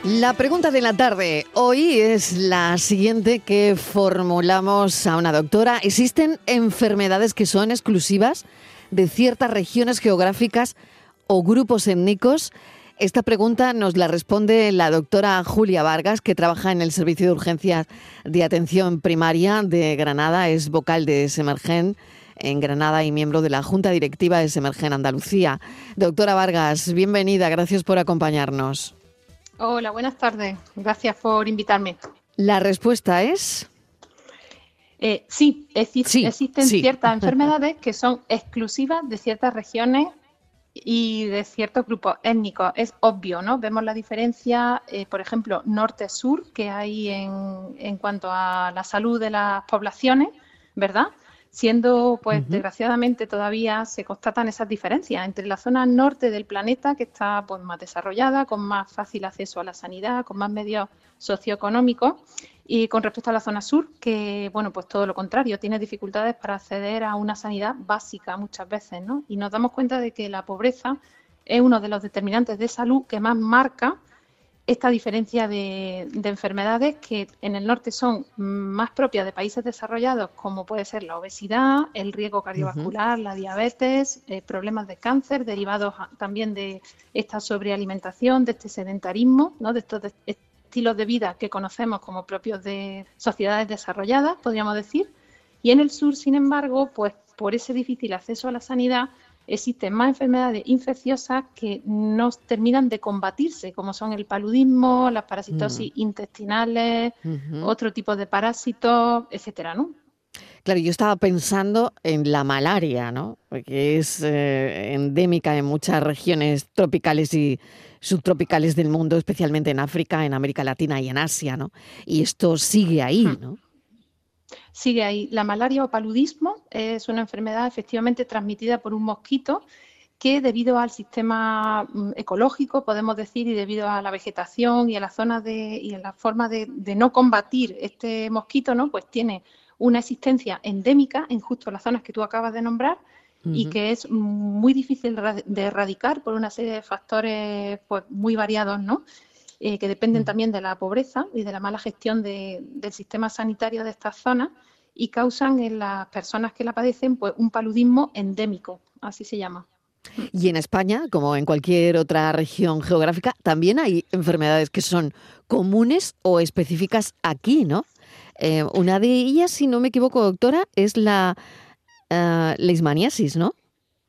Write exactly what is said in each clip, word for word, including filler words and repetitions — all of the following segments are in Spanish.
La pregunta de la tarde hoy es la siguiente que formulamos a una doctora. ¿Existen enfermedades que son exclusivas de ciertas regiones geográficas o grupos étnicos? Esta pregunta nos la responde la doctora Julia Vargas, que trabaja en el Servicio de Urgencias de Atención Primaria de Granada, es vocal de Semergen en Granada y miembro de la Junta Directiva de Semergen Andalucía. Doctora Vargas, bienvenida, gracias por acompañarnos. Hola, buenas tardes. Gracias por invitarme. ¿La respuesta es? Eh, sí, exi- Sí, existen sí. ciertas enfermedades que son exclusivas de ciertas regiones y de ciertos grupos étnicos. Es obvio, ¿no? Vemos la diferencia, eh, por ejemplo, norte-sur que hay en, en cuanto a la salud de las poblaciones, ¿verdad? Siendo, pues, Uh-huh. desgraciadamente todavía se constatan esas diferencias entre la zona norte del planeta, que está pues más desarrollada, con más fácil acceso a la sanidad, con más medios socioeconómicos, y con respecto a la zona sur, que, bueno, pues todo lo contrario, tiene dificultades para acceder a una sanidad básica muchas veces, ¿no? Y nos damos cuenta de que la pobreza es uno de los determinantes de salud que más marca esta diferencia de, de enfermedades que en el norte son más propias de países desarrollados, como puede ser la obesidad, el riesgo cardiovascular, uh-huh. la diabetes, eh, problemas de cáncer derivados también de esta sobrealimentación, de este sedentarismo, ¿no? de estos de, estilos de vida que conocemos como propios de sociedades desarrolladas, podríamos decir. Y en el sur, sin embargo, pues por ese difícil acceso a la sanidad, existen más enfermedades infecciosas que no terminan de combatirse, como son el paludismo, las parasitosis mm. intestinales, uh-huh. otro tipo de parásitos, etcétera, ¿no? Claro, yo estaba pensando en la malaria, ¿no? Que es eh, endémica en muchas regiones tropicales y subtropicales del mundo, especialmente en África, en América Latina y en Asia, ¿no? Y esto sigue ahí, ¿no? Sigue ahí. La malaria o paludismo es una enfermedad efectivamente transmitida por un mosquito que, debido al sistema ecológico, podemos decir, y debido a la vegetación y a las zonas de y a la forma de, de no combatir este mosquito, ¿no? Pues tiene una existencia endémica en justo las zonas que tú acabas de nombrar, uh-huh. y que es muy difícil de erradicar por una serie de factores, pues, muy variados, ¿no? Eh, que dependen uh-huh. también de la pobreza y de la mala gestión de, del sistema sanitario de estas zonas, y causan en las personas que la padecen, pues, un paludismo endémico, así se llama. Y en España, como en cualquier otra región geográfica, también hay enfermedades que son comunes o específicas aquí, ¿no? Eh, una de ellas, si no me equivoco, doctora, es la uh, leishmaniasis, ¿no?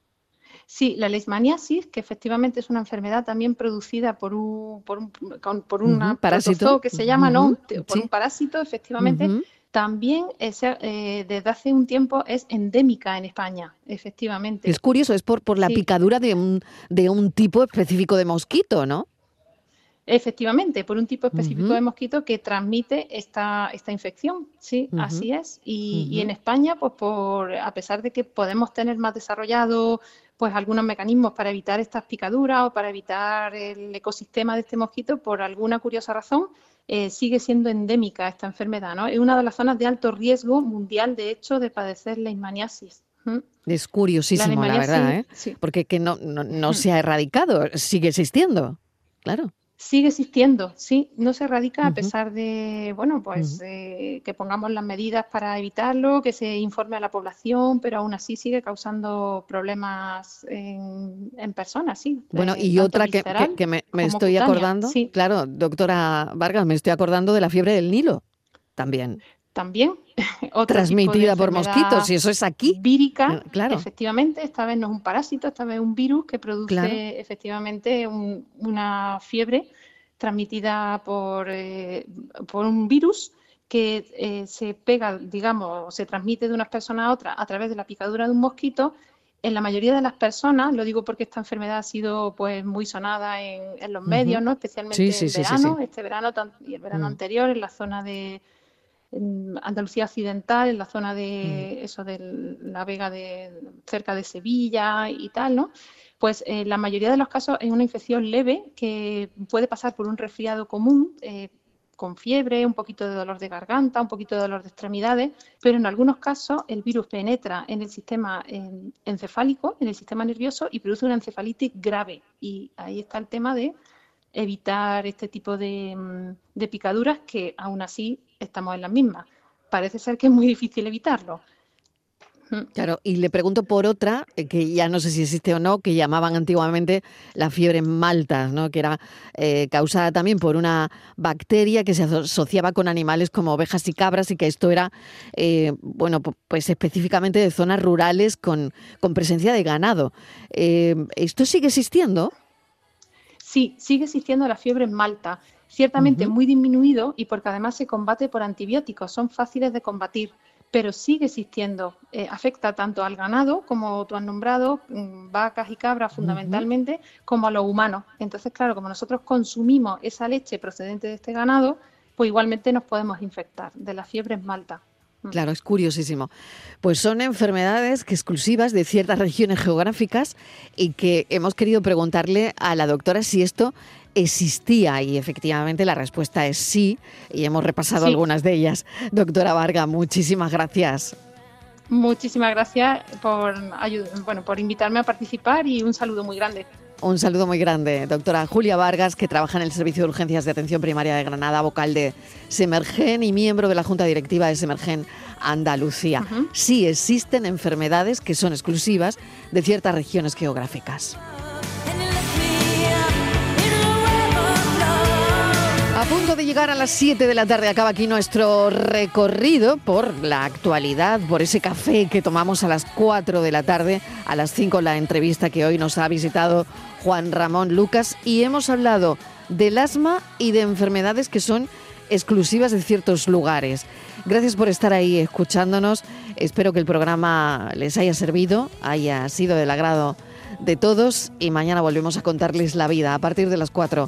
Sí, la leishmaniasis, que efectivamente es una enfermedad también producida por un por un por una uh-huh, parásito protozoo que se llama, ¿no? Uh-huh, Por sí. un parásito, efectivamente. Uh-huh. También es, eh, desde hace un tiempo es endémica en España, efectivamente. Es curioso, es por, por la sí. picadura de un, de un tipo específico de mosquito, ¿no? Efectivamente, por un tipo específico uh-huh. de mosquito que transmite esta, esta infección, sí, uh-huh. así es. Y, uh-huh. y en España, pues por a pesar de que podemos tener más desarrollado pues algunos mecanismos para evitar estas picaduras o para evitar el ecosistema de este mosquito, por alguna curiosa razón, eh, sigue siendo endémica esta enfermedad, ¿no? Es una de las zonas de alto riesgo mundial, de hecho, de padecer leishmaniasis. Uh-huh. Es curiosísimo, la, la verdad, ¿eh? Sí. Porque que no, no, no uh-huh. se ha erradicado, sigue existiendo, claro. Sigue existiendo, sí, no se erradica uh-huh. a pesar de, bueno, pues uh-huh. eh, que pongamos las medidas para evitarlo, que se informe a la población, pero aún así sigue causando problemas en, en personas, sí. Bueno, eh, y otra que, que, que me, me estoy cutánea. acordando, sí. claro, doctora Vargas, me estoy acordando de la fiebre del Nilo, también. También. Otro Transmitida por mosquitos, y eso es aquí. Vírica, claro. efectivamente, esta vez no es un parásito, esta vez es un virus que produce claro. efectivamente un, una fiebre transmitida por, eh, por un virus que eh, se pega, digamos, se transmite de unas personas a otras a través de la picadura de un mosquito. En la mayoría de las personas, lo digo porque esta enfermedad ha sido pues muy sonada en, en los medios, uh-huh. ¿no? Especialmente sí, sí, en sí, verano, sí, sí. este verano y el verano uh-huh. anterior, en la zona de en Andalucía Occidental, en la zona de mm. eso de la Vega de cerca de Sevilla y tal, ¿no? Pues eh, la mayoría de los casos es una infección leve que puede pasar por un resfriado común, eh, con fiebre, un poquito de dolor de garganta, un poquito de dolor de extremidades, pero en algunos casos el virus penetra en el sistema en, encefálico, en el sistema nervioso, y produce una encefalitis grave. Y ahí está el tema de evitar este tipo de, de picaduras, que aún así estamos en las mismas. Parece ser que es muy difícil evitarlo. Claro, y le pregunto por otra, que ya no sé si existe o no, que llamaban antiguamente la fiebre malta, ¿no? Que era eh, causada también por una bacteria que se asociaba con animales como ovejas y cabras, y que esto era, eh, bueno, pues específicamente de zonas rurales con, con presencia de ganado. Eh, ¿Esto sigue existiendo? Sí, sigue existiendo la fiebre en Malta, ciertamente uh-huh. muy disminuido, y porque además se combate por antibióticos, son fáciles de combatir, pero sigue existiendo. Eh, afecta tanto al ganado, como tú has nombrado, vacas y cabras fundamentalmente, uh-huh. como a los humanos. Entonces, claro, como nosotros consumimos esa leche procedente de este ganado, pues igualmente nos podemos infectar de la fiebre en Malta. Claro, es curiosísimo. Pues son enfermedades que exclusivas de ciertas regiones geográficas, y que hemos querido preguntarle a la doctora si esto existía, y efectivamente la respuesta es sí, y hemos repasado sí. algunas de ellas. Doctora Varga, muchísimas gracias. Muchísimas gracias por, bueno, por invitarme a participar, y un saludo muy grande. Un saludo muy grande. Doctora Julia Vargas, que trabaja en el Servicio de Urgencias de Atención Primaria de Granada, vocal de Semergen y miembro de la Junta Directiva de Semergen Andalucía. Uh-huh. Sí existen enfermedades que son exclusivas de ciertas regiones geográficas. A punto de llegar a las siete de la tarde, acaba aquí nuestro recorrido por la actualidad, por ese café que tomamos a las cuatro de la tarde, a las cinco la entrevista que hoy nos ha visitado Juan Ramón Lucas, y hemos hablado del asma y de enfermedades que son exclusivas de ciertos lugares. Gracias por estar ahí escuchándonos. Espero que el programa les haya servido, haya sido del agrado de todos, y mañana volvemos a contarles la vida a partir de las cuatro.